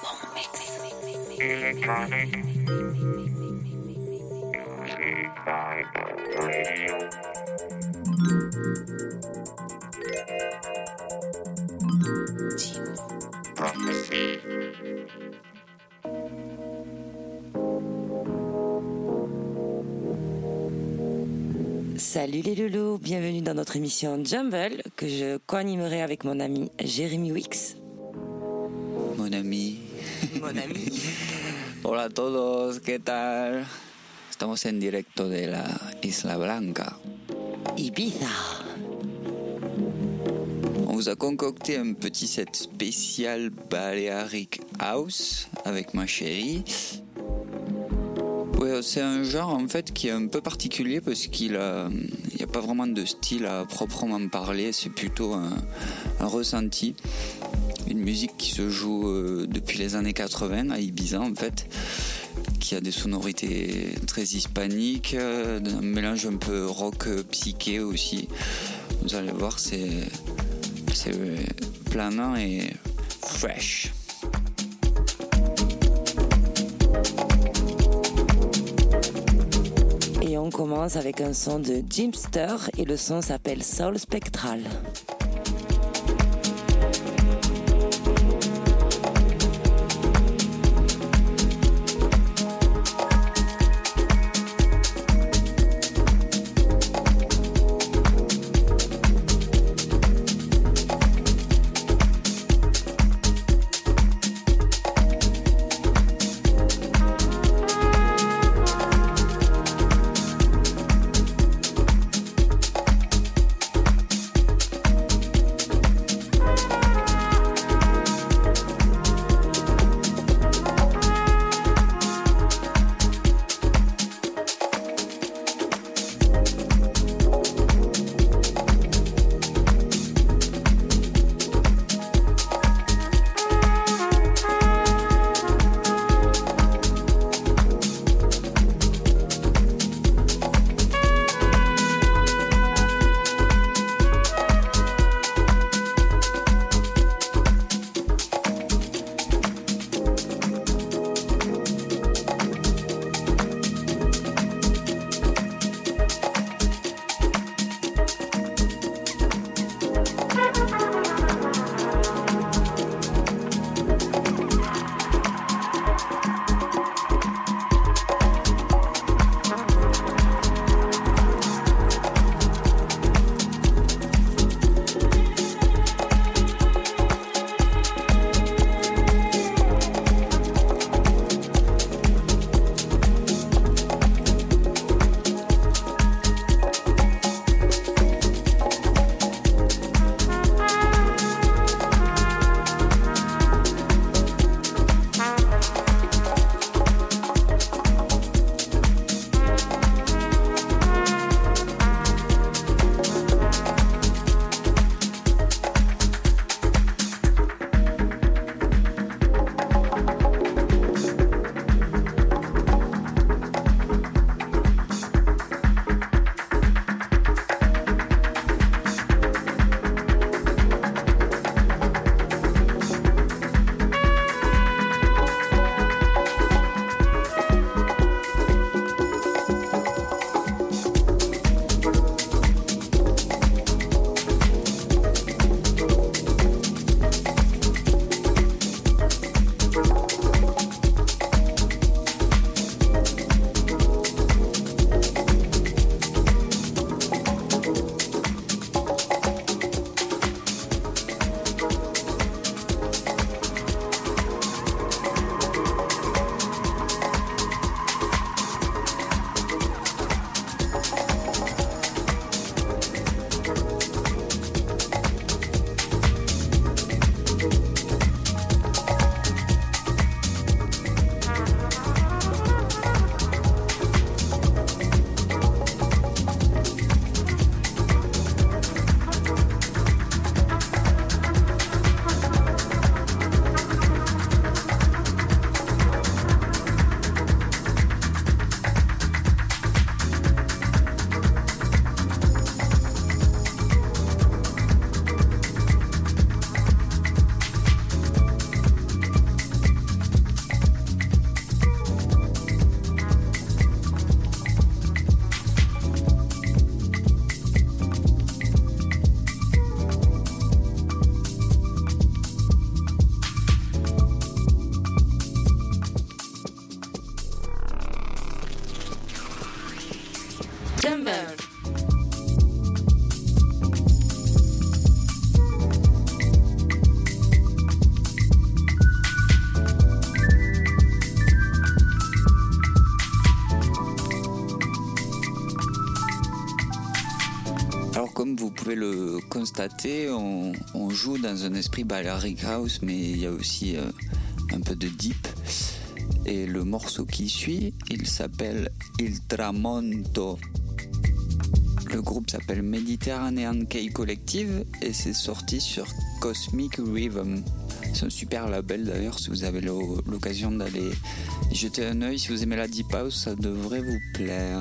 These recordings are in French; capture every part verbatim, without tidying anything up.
Salut les loulous, bienvenue dans notre émission Jumble que je co-animerai avec mon ami Jérémy Wix. Mon ami. Mon ami. Hola a todos, ¿qué tal? Estamos en directo de la Isla Blanca. Ibiza. On vous a concocté un petit set spécial Balearic House avec ma chérie. Ouais, c'est un genre en fait qui est un peu particulier parce qu'il a, il n'y a pas vraiment de style à proprement parler, c'est plutôt un, un ressenti. Une musique qui se joue euh, depuis les années quatre-vingts à Ibiza en fait, qui a des sonorités très hispaniques, euh, un mélange un peu rock euh, psyché aussi. Vous allez voir, c'est, c'est planant et fresh. Et on commence avec un son de Jimster et le son s'appelle Soul Spectral. constaté, on, on joue dans un esprit Balearic House, mais il y a aussi euh, un peu de deep. Et le morceau qui suit, il s'appelle Il Tramonto. Le groupe s'appelle Mediterranean Key Collective et c'est sorti sur Cosmic Rhythm. C'est un super label d'ailleurs, si vous avez l'occasion d'aller jeter un œil, si vous aimez la Deep House, ça devrait vous plaire.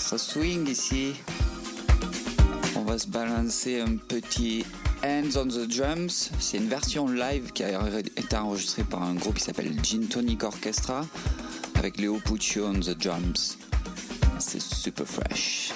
Ça swing ici. On va se balancer un petit Hands on the Drums. C'est une version live qui a été enregistrée par un groupe qui s'appelle Gin Tonic Orchestra avec Léo Puccio on the drums. C'est super fresh.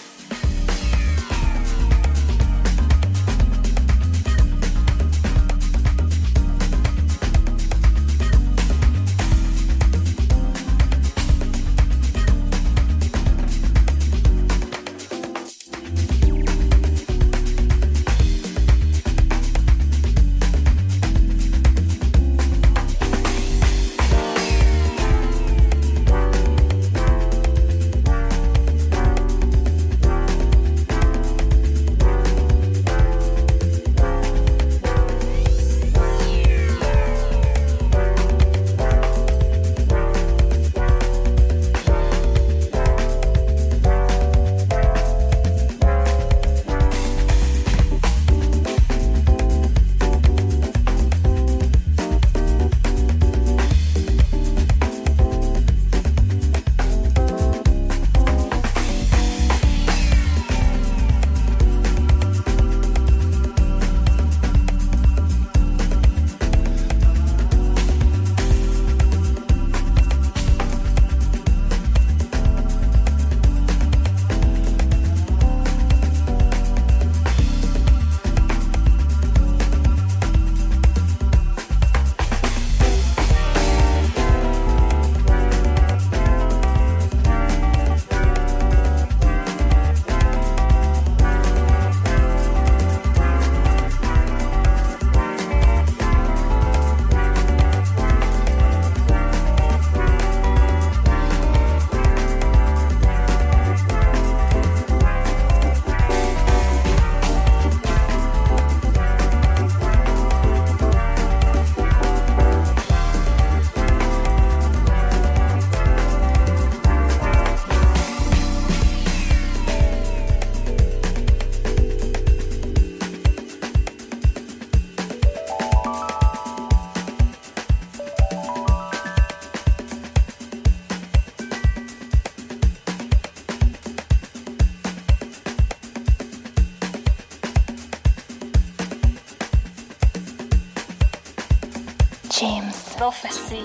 James Prophecy.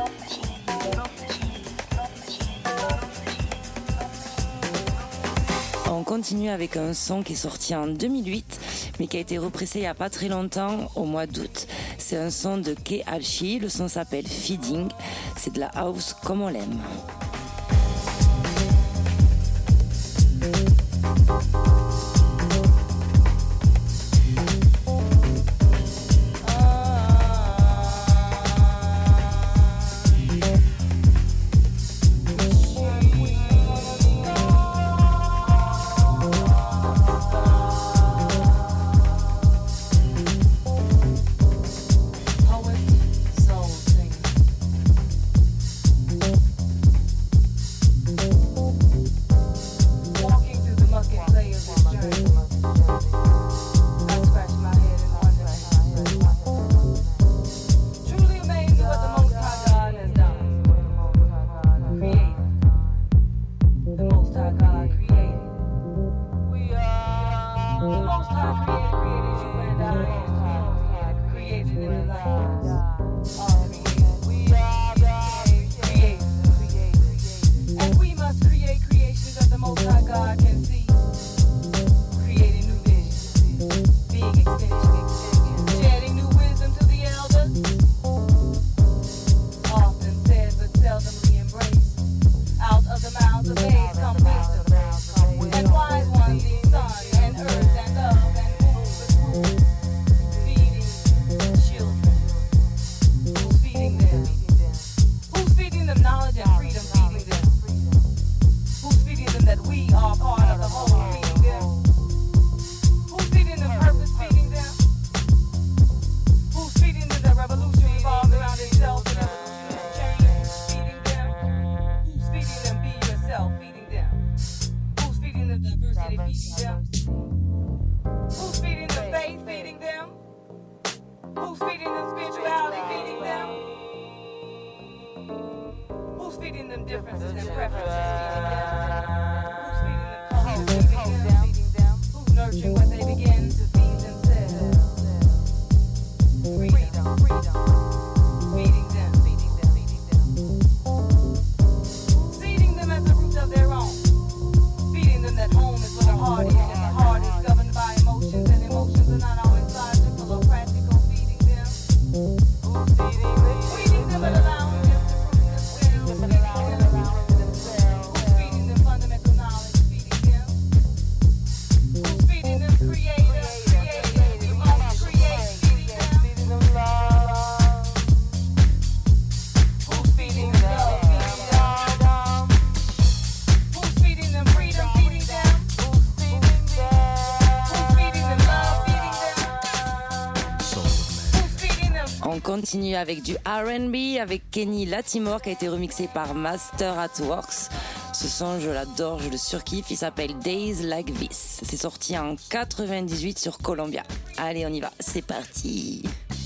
On continue avec un son qui est sorti en deux mille huit, mais qui a été repressé il n'y a pas très longtemps, au mois d'août. C'est un son de Kei Alchi, le son s'appelle Feeding, c'est de la house comme on l'aime. Feeding them differences and preferences, feeding them. Who's feeding them continue avec du R and B avec Kenny Latimore qui a été remixé par Master at Works. Ce son, je l'adore, je le surkiffe. Il s'appelle Days Like This. C'est sorti en quatre-vingt-dix-huit sur Columbia. Allez, on y va. C'est parti.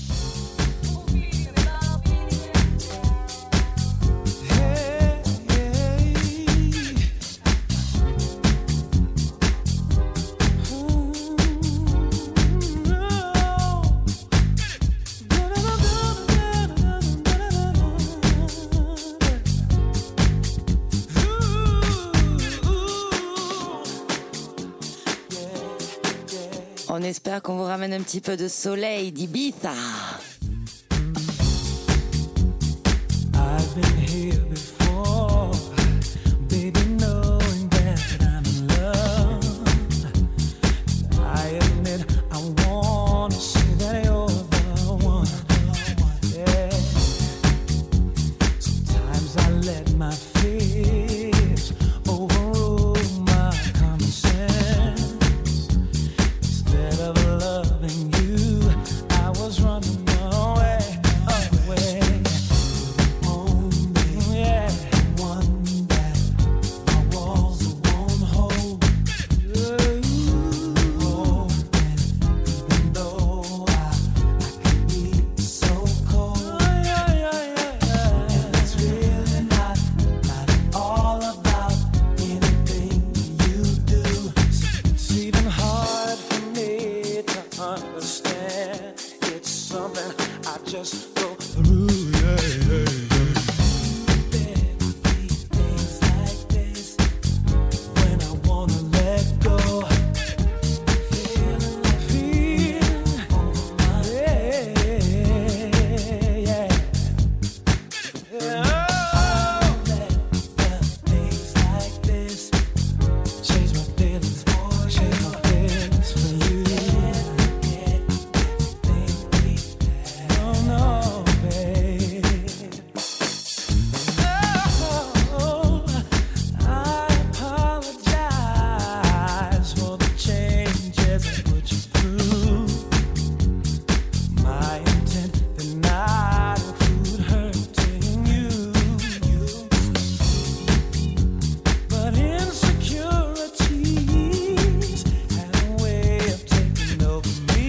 On espère qu'on vous ramène un petit peu de soleil d'Ibiza. I've been here before, baby, knowing that I'm in love. I admit I want to say that you're the one. Yeah. Sometimes I let my fears overrule my common sense. Instead of loving you, I was running away, away. Only yeah. one that my walls won't hold. Oh, even though I, I can be so cold, oh, yeah, yeah, yeah, yeah. And it's really not, not at all about anything you do. It's even hard for me to understand. It's something I just go through. Yeah, yeah, yeah. There could be things like this when I wanna let go. Feeling like feeling over my head. Yeah, yeah. Oh, let the things like this change my feelings, change my feelings for you. Oh no, babe. Oh, I apologize for the changes I put you through. My intent did not include hurting you. But insecurities had a way of taking over me,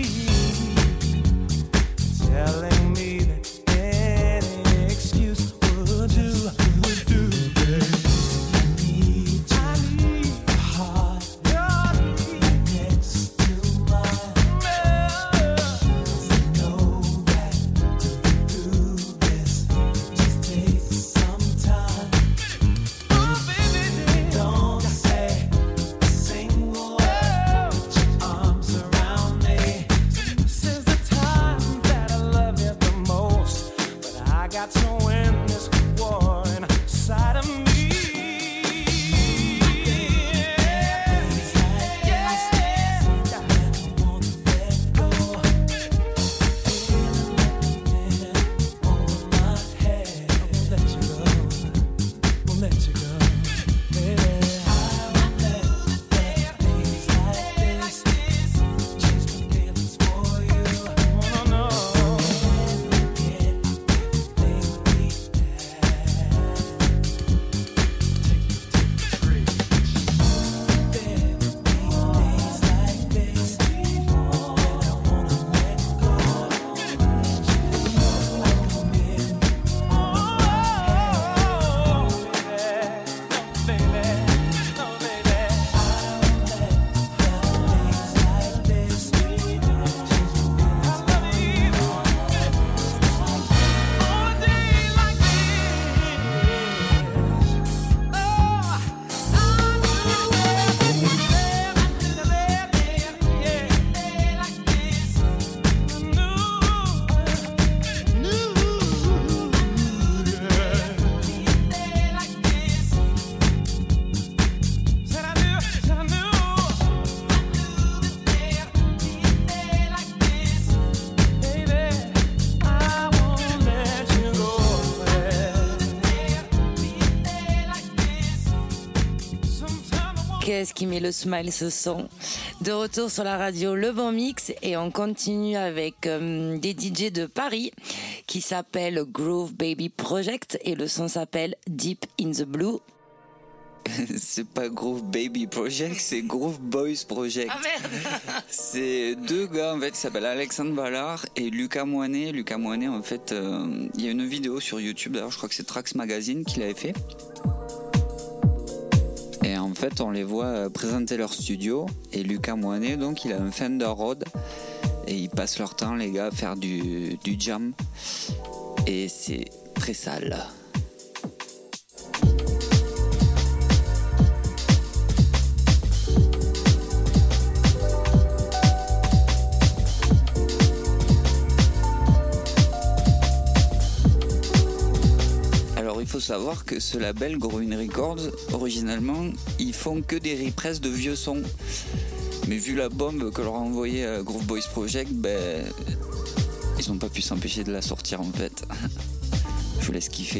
telling me that any excuse would do, would do, babe. I need you, I need your heart, your need next to mine. 'Cause I know that to do this just takes some time. Oh, baby, don't say a single word. Put your arms around me. This is the time that I love you the most, but I got to win this war inside of me. Qu'est-ce qui met le smile, ce son. De retour sur la radio Le Bon Mix et on continue avec euh, des D J de Paris qui s'appelle Groove Baby Project et le son s'appelle Deep in the Blue. C'est pas Groove Baby Project, c'est Groove Boys Project. Ah merde. C'est deux gars en fait qui s'appellent Alexandre Ballard et Lucas Moinet. Lucas Moinet en fait, euh, il y a une vidéo sur YouTube d'ailleurs, je crois que c'est Trax Magazine qui l'avait fait. Et en fait on les voit présenter leur studio et Lucas Moinet donc il a un Fender Rhodes et ils passent leur temps les gars à faire du, du jam et c'est très sale. Il faut savoir que ce label Growing Records, originalement, ils font que des represses de vieux sons. Mais vu la bombe que leur a envoyé à Groove Boys Project, ben, ils n'ont pas pu s'empêcher de la sortir en fait. Je vous laisse kiffer.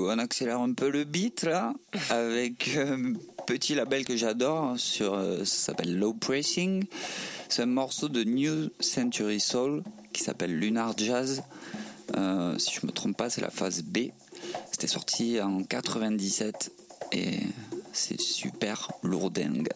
on accélère un peu le beat là, avec un petit label que j'adore, sur, euh, ça s'appelle Low Pressing. C'est un morceau de New Century Soul qui s'appelle Lunar Jazz. Euh, si je me trompe pas, c'est la phase B. C'était sorti en quatre-vingt-dix-sept et c'est super lourdingue.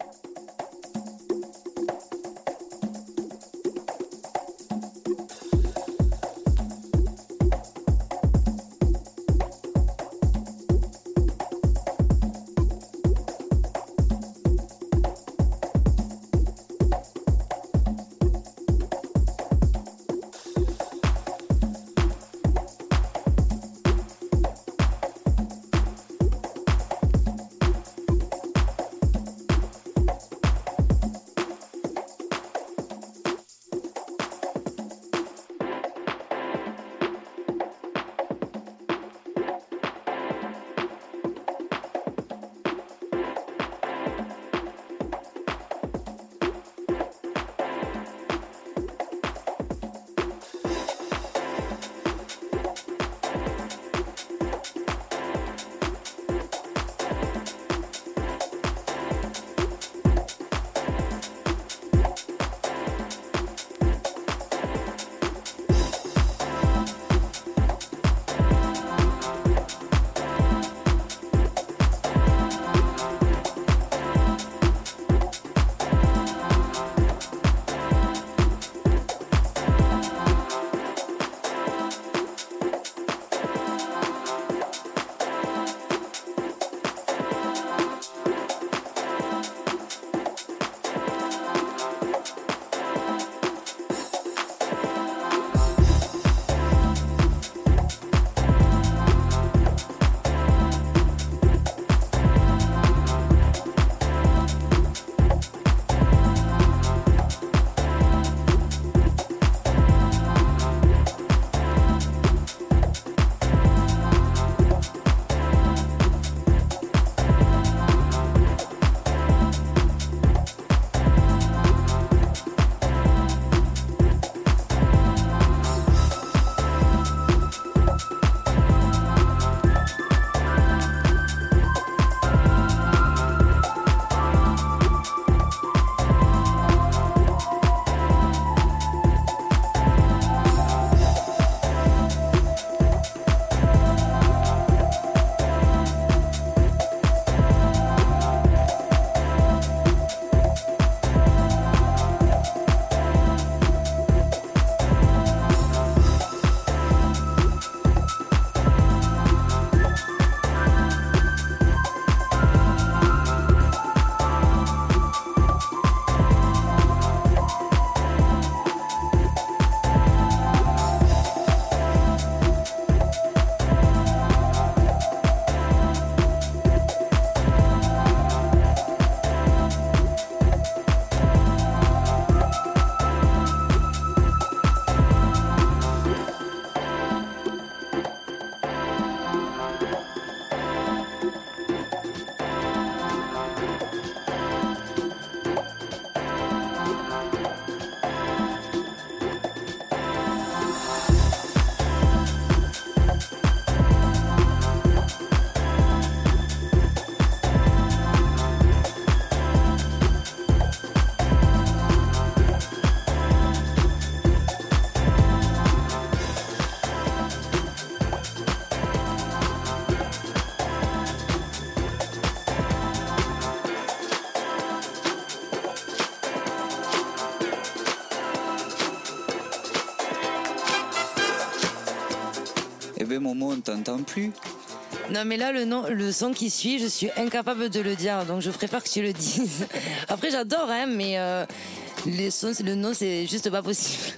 ben Momo, on t'entend plus. Non mais là le, nom, le son qui suit, je suis incapable de le dire, donc je préfère que tu le dises. Après j'adore hein, mais euh, les sons, le nom c'est juste pas possible.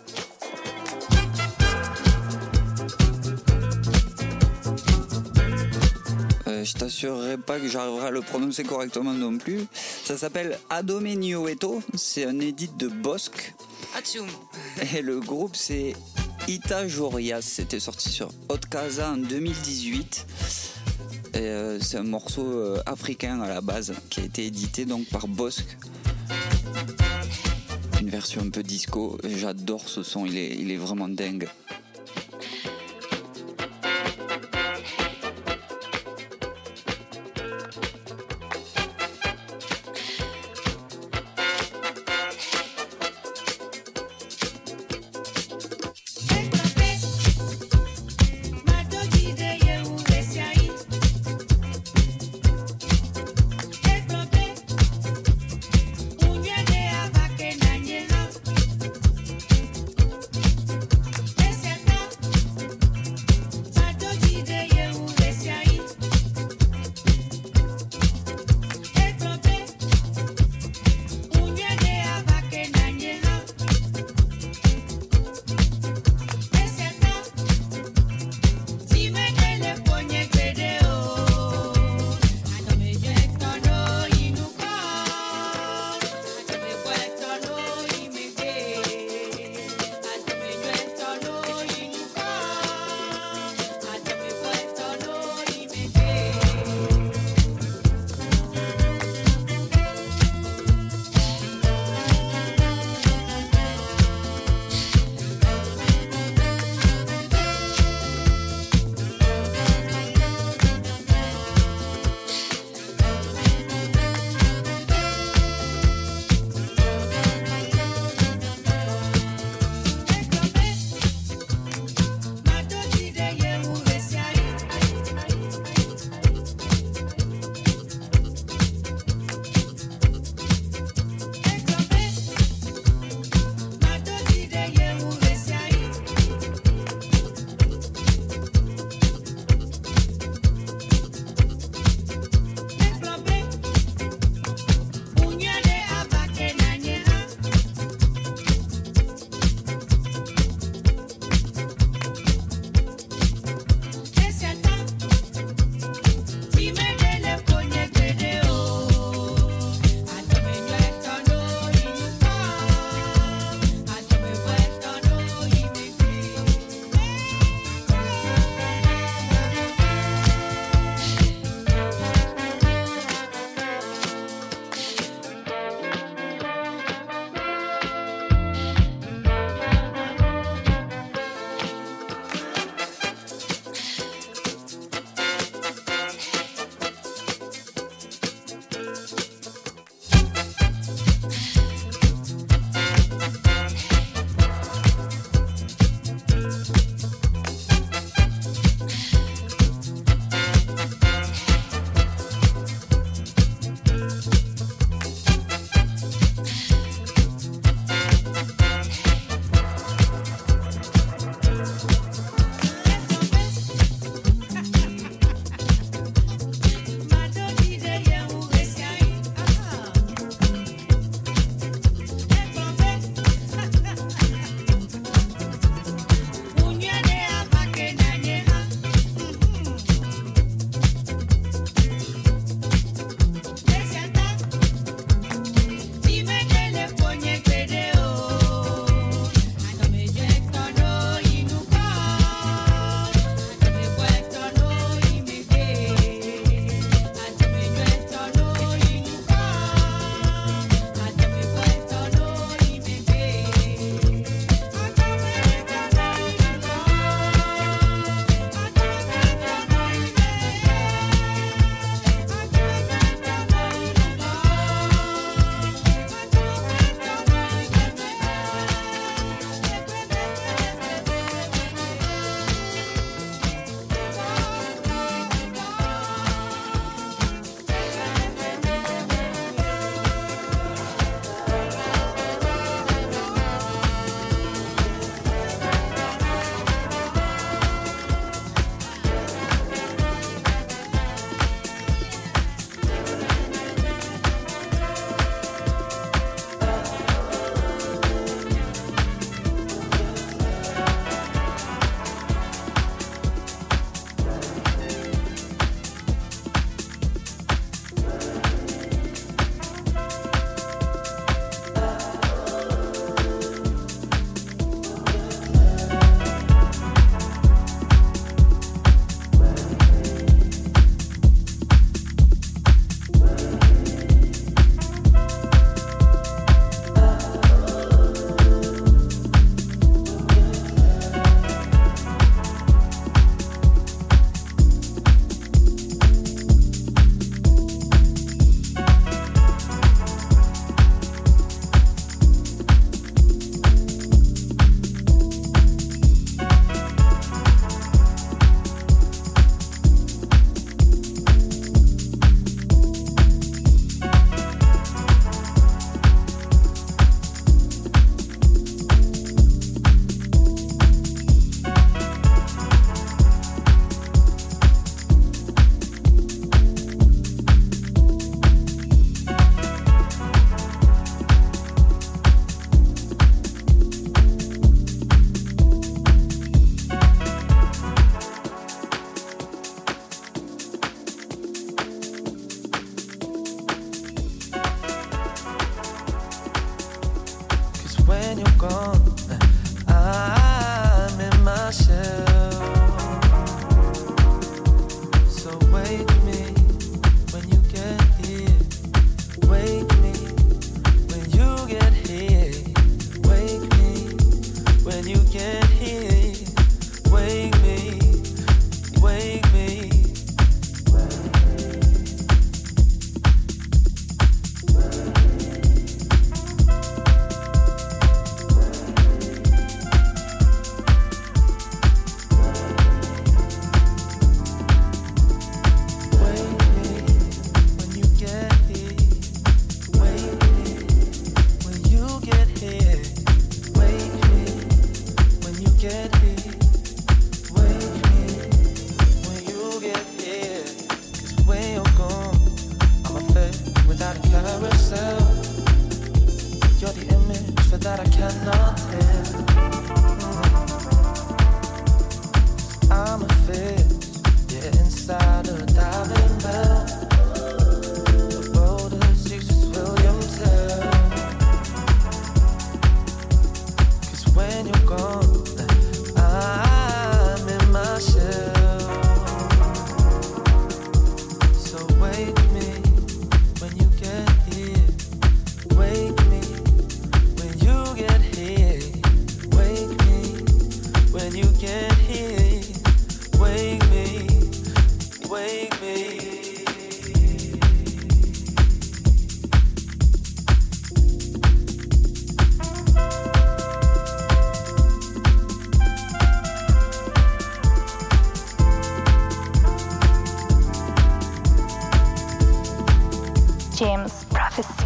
Euh, je t'assurerai pas que j'arriverai à le prononcer correctement non plus. Ça s'appelle Adome Nioeto, c'est un edit de Bosque. Atchoum. Et le groupe c'est Ita Jorias, c'était sorti sur Hot Casa en deux mille dix-huit. Et, euh, c'est un morceau euh, africain à la base qui a été édité donc par Bosque. Une version un peu disco, j'adore ce son, il est, il est vraiment dingue. James Prophecy.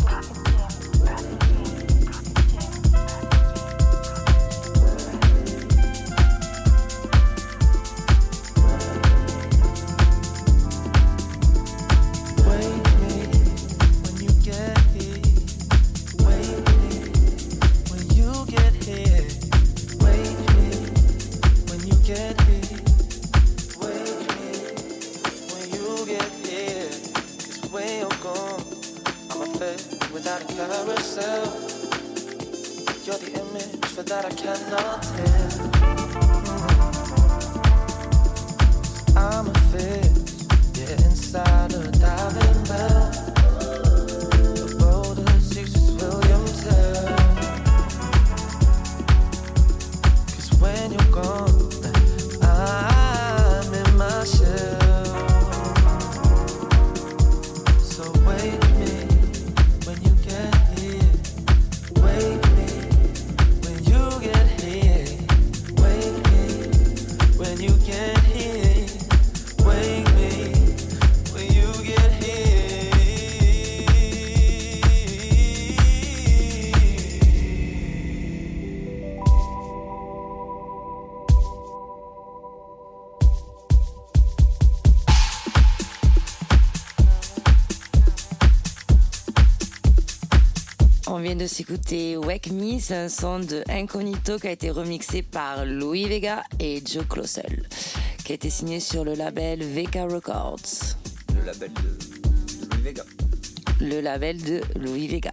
On vient de s'écouter Wake Me, c'est un son de Incognito qui a été remixé par Louis Vega et Joe Closel, qui a été signé sur le label V K Records. Le label de Louis Vega. Le label de Louis Vega.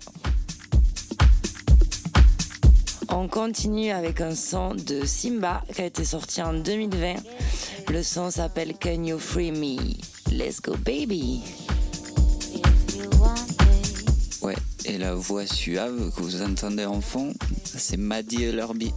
On continue avec un son de Simba qui a été sorti en deux mille vingt. Le son s'appelle Can You Free Me? Let's go baby. Ouais, et la voix suave que vous entendez en fond, c'est Maddie Ellerby.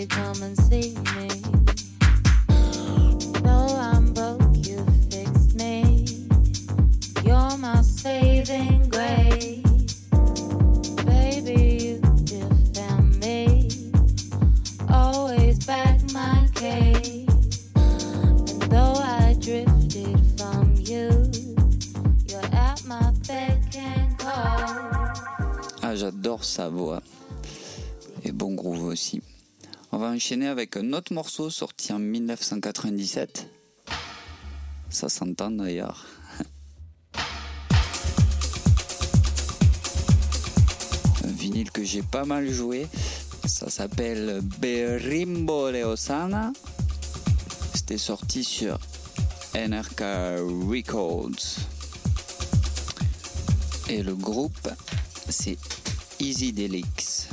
baby, come and see me. Though I'm broke, you fix me. You're my saving grace. Baby, you defend me. Always back my case. And though I drifted from you, you're at my beck and call. Ah, j'adore sa voix. Et bon groove aussi. On va enchaîner avec un autre morceau sorti en dix-neuf cent quatre-vingt-dix-sept. Ça s'entend d'ailleurs. Un vinyle que j'ai pas mal joué. Ça s'appelle Berimbolo Osana. C'était sorti sur N R K Records. Et le groupe, c'est Easy Delix.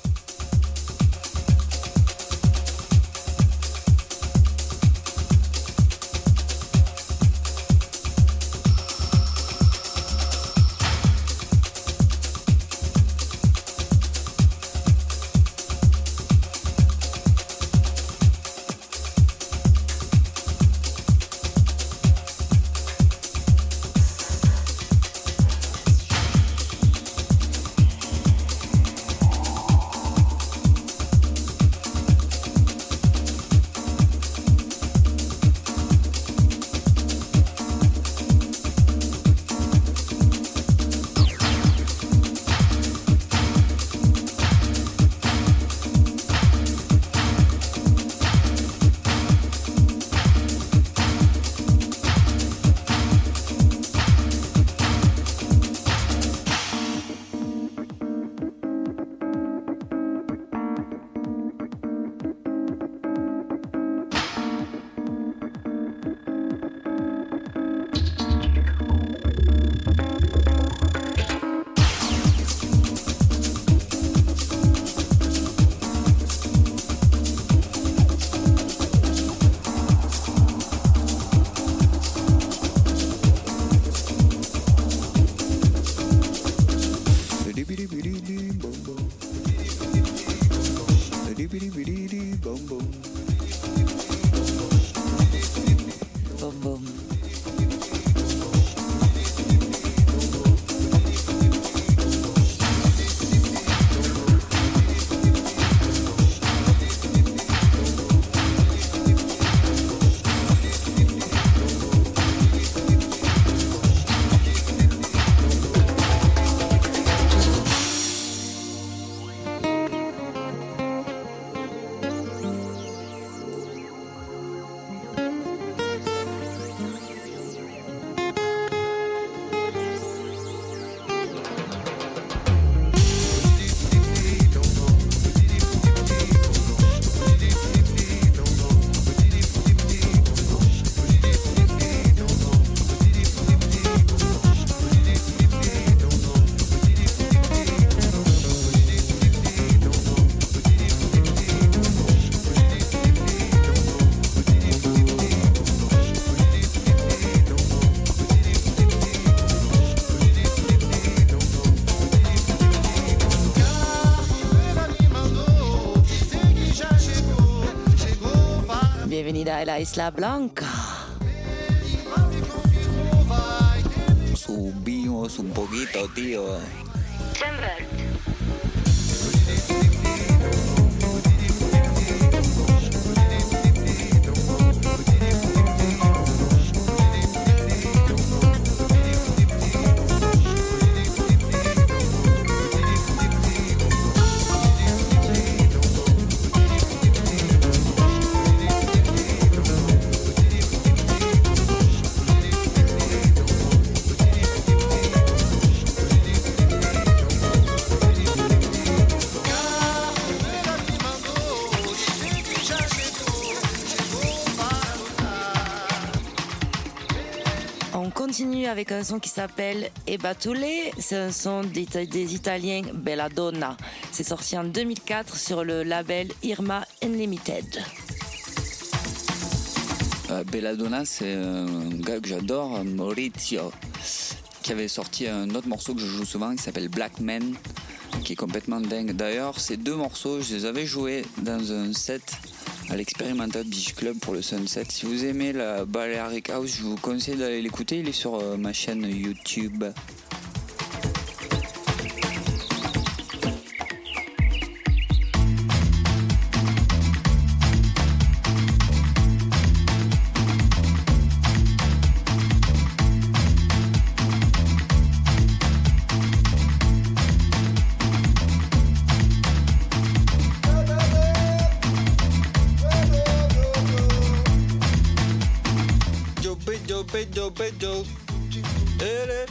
Bienvenida a la Isla Blanca. Subimos un poquito, tío. Continue avec un son qui s'appelle E Batule. C'est un son des, des Italiens Belladonna. C'est sorti en deux mille quatre sur le label Irma Unlimited. Euh, Belladonna, c'est un gars que j'adore, Maurizio, qui avait sorti un autre morceau que je joue souvent qui s'appelle Black Man. qui est complètement dingue. D'ailleurs, ces deux morceaux, je les avais joués dans un set à l'Experimental Beach Club pour le Sunset. Si vous aimez la Balearic House, je vous conseille d'aller l'écouter. Il est sur euh, ma chaîne YouTube. Bedo, bedo, bedo.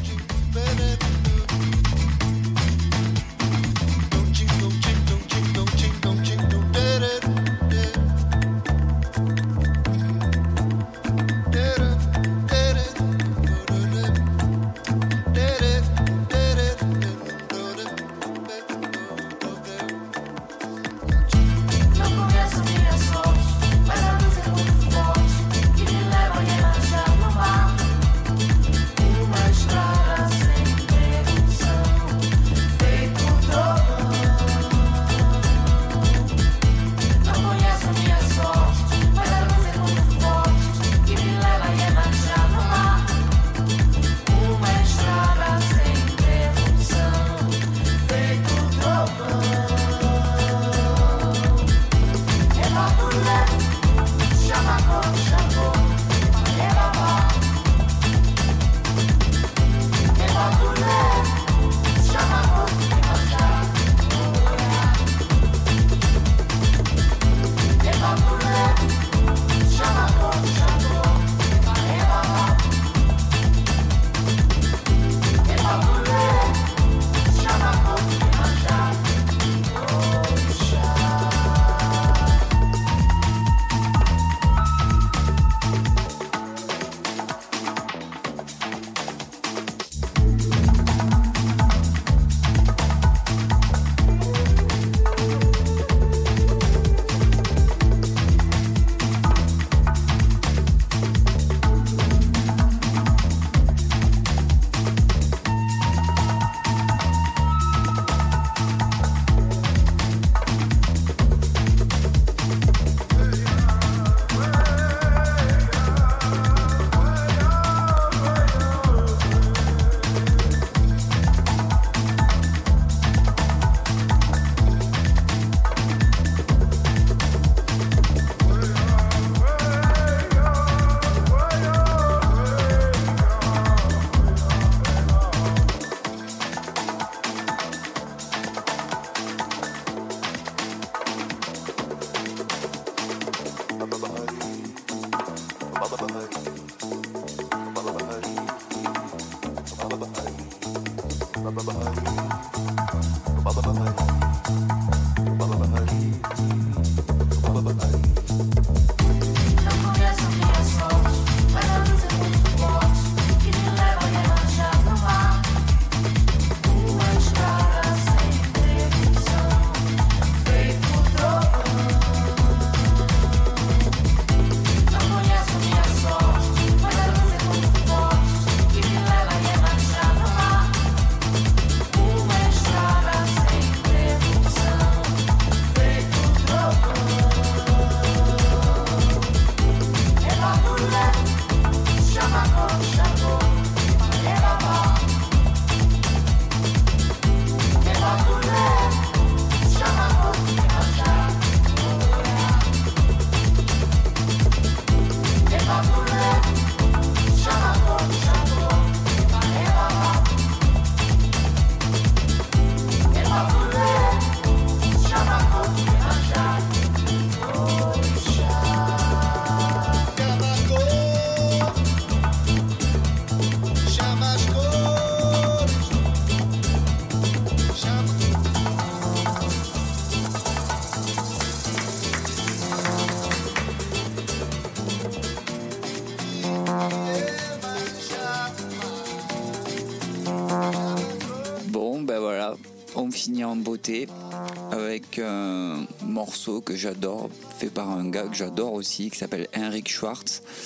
En beauté avec un morceau que j'adore, fait par un gars que j'adore aussi, qui s'appelle Henrik Schwartz.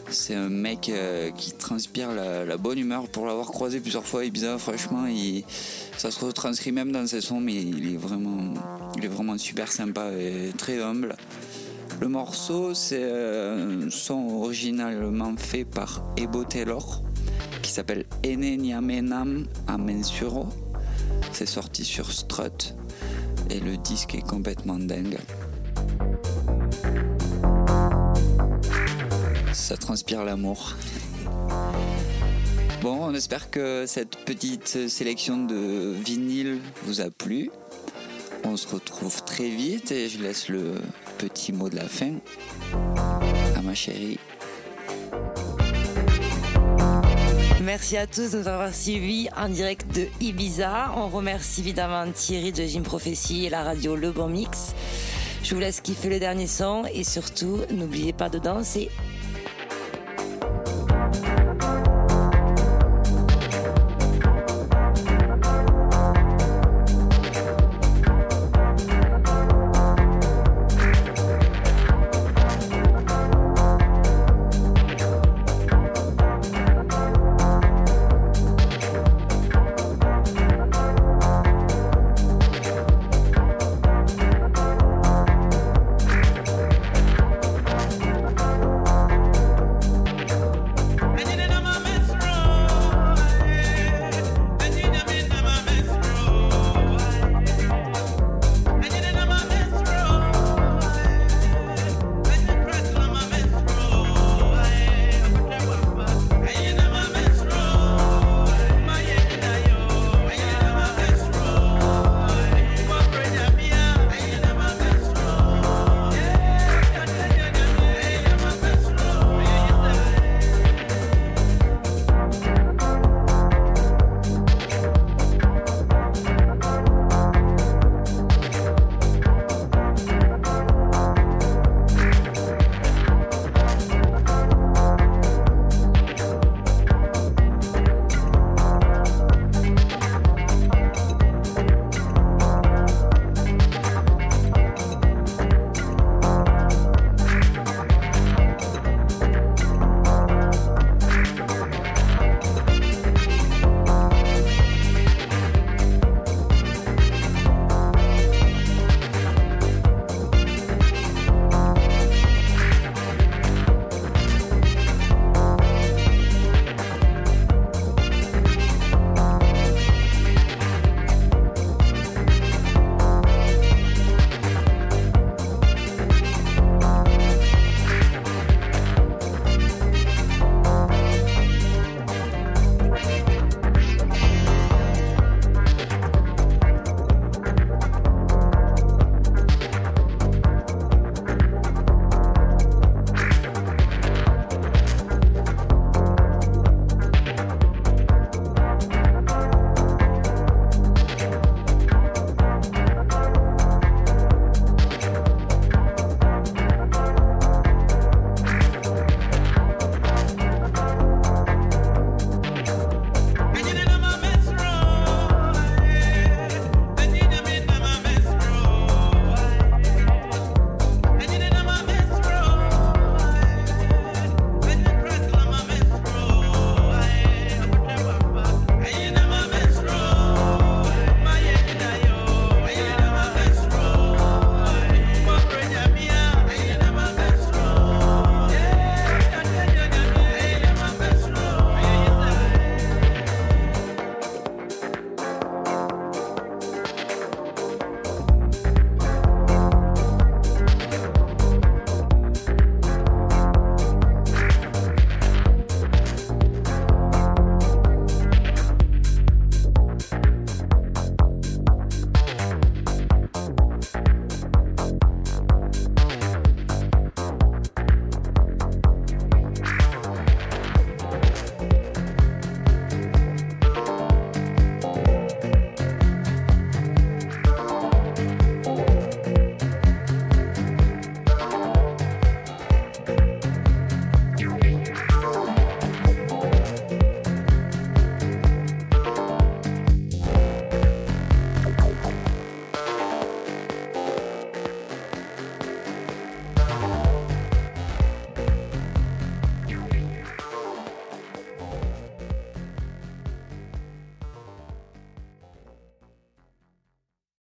C'est un mec euh, qui transpire la, la bonne humeur. Pour l'avoir croisé plusieurs fois à Ibiza, franchement, il, ça se retranscrit même dans ses sons, mais il est vraiment, il est vraiment super sympa et très humble. Le morceau, c'est un son originalement fait par Ebo Taylor, qui s'appelle Ene Niamenam Amensuro. C'est sorti sur Strut et le disque est complètement dingue. Ça transpire l'amour. Bon, on espère que cette petite sélection de vinyles vous a plu. On se retrouve très vite et je laisse le petit mot de la fin à ma chérie. Merci à tous de nous avoir suivis en direct de Ibiza. On remercie évidemment Thierry de Gym Prophecy et la radio Le Bon Mix. Je vous laisse kiffer le dernier son et surtout, n'oubliez pas de danser.